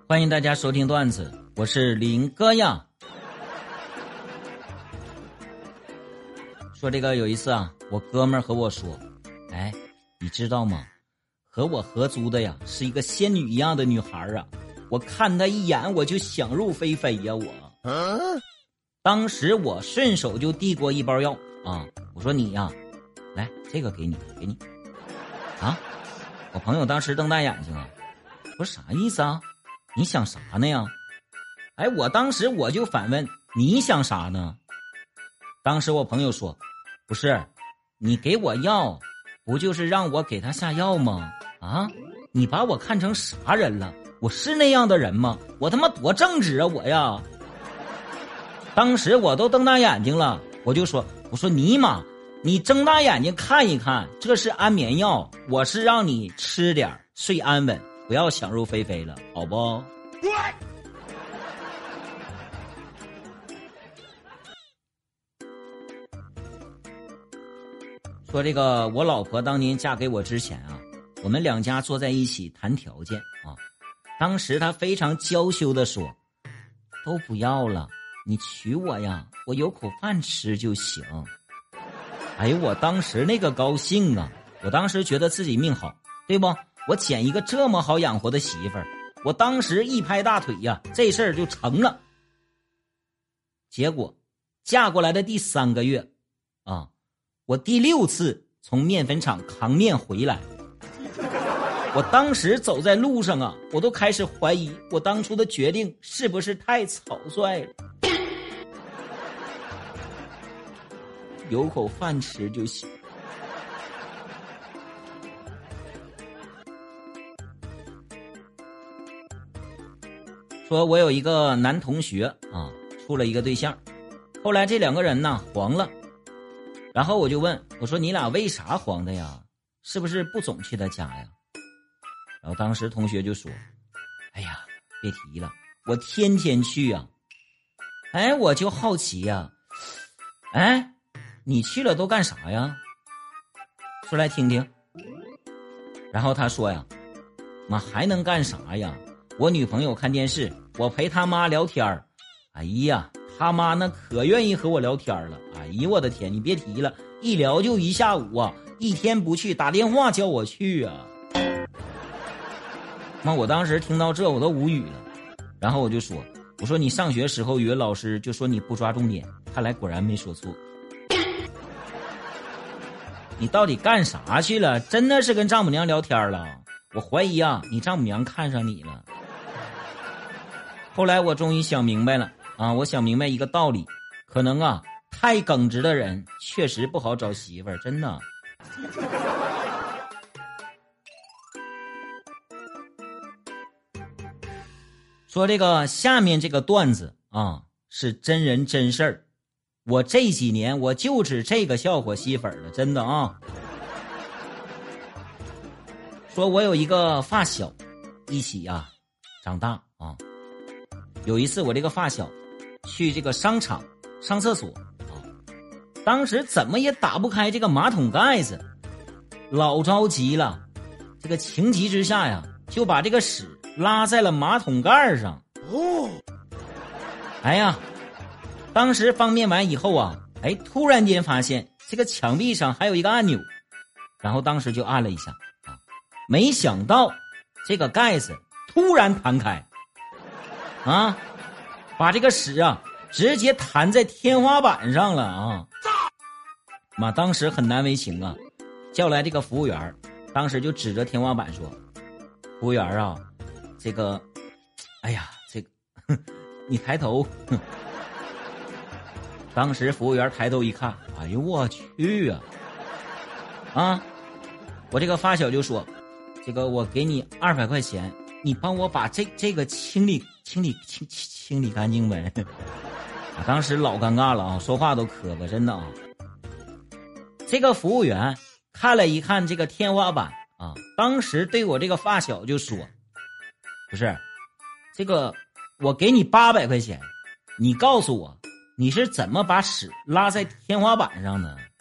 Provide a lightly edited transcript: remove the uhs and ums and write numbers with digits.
欢迎大家收听段子，我是林哥呀。说这个有一次啊，我哥们儿和我说，哎，你知道吗？和我合租的呀，是一个仙女一样的女孩啊，我看她一眼我就想入非非呀，当时我顺手就递过一包药啊，我说你呀，来这个给你啊。我朋友当时瞪大眼睛啊，说啥意思啊？你想啥呢呀？哎，我当时我就反问，你想啥呢？当时我朋友说，不是，你给我药不就是让我给他下药吗？啊，你把我看成啥人了？我是那样的人吗？我他妈多正直啊我呀！当时我都瞪大眼睛了，我说尼玛，你睁大眼睛看一看，这是安眠药，我是让你吃点睡安稳，不要想入非非了，好不？说这个我老婆当年嫁给我之前啊，我们两家坐在一起谈条件啊。当时她非常娇羞地说，都不要了，你娶我呀，我有口饭吃就行。哎呦，我当时那个高兴啊，我当时觉得自己命好，对不？我捡一个这么好养活的媳妇儿，我当时一拍大腿呀，这事儿就成了。结果嫁过来的第3个月啊，我第6次从面粉厂扛面回来，我当时走在路上啊，我都开始怀疑我当初的决定是不是太草率了。有口饭吃就行。说我有一个男同学啊，处了一个对象，后来这2个人呢黄了，然后我就问，我说你俩为啥黄的呀？是不是不总去他家呀？然后当时同学就说，哎呀，别提了，我天天去啊。哎，我就好奇呀，哎，你去了都干啥呀？说来听听。然后他说呀，妈还能干啥呀？我女朋友看电视，我陪他妈聊天儿。哎呀，他妈那可愿意和我聊天了。哎呀，我的天，你别提了，一聊就1下午啊，一天不去打电话叫我去啊。妈，我当时听到这我都无语了。然后我就说，我说你上学时候语文老师就说你不抓重点，看来果然没说错。你到底干啥去了？真的是跟丈母娘聊天了？我怀疑啊，你丈母娘看上你了。后来我终于想明白了啊，我想明白一个道理，可能啊，太耿直的人确实不好找媳妇儿，真的。说这个下面这个段子啊，是真人真事儿，我这几年我就指这个笑话吸粉了，真的啊。说我有一个发小，一起啊长大啊。有一次我这个发小去这个商场上厕所啊，当时怎么也打不开这个马桶盖子，老着急了，这个情急之下呀，就把这个屎拉在了马桶盖上。哎呀，当时方便完以后啊，哎，突然间发现这个墙壁上还有一个按钮，然后当时就按了一下啊，没想到这个盖子突然弹开啊，把这个屎啊直接弹在天花板上了啊！妈，当时很难为情啊，叫来这个服务员，当时就指着天花板说：“服务员啊，这个，哎呀，这个，你抬头。”当时服务员抬头一看，哎呦我去啊！啊，我这个发小就说：“这个我给你200块钱，你帮我把这个清理干净呗。”当时老尴尬了啊，说话都磕巴，真的啊。这个服务员看了一看这个天花板啊，当时对我这个发小就说：“不是，这个我给你800块钱，你告诉我你是怎么把屎拉在天花板上的？”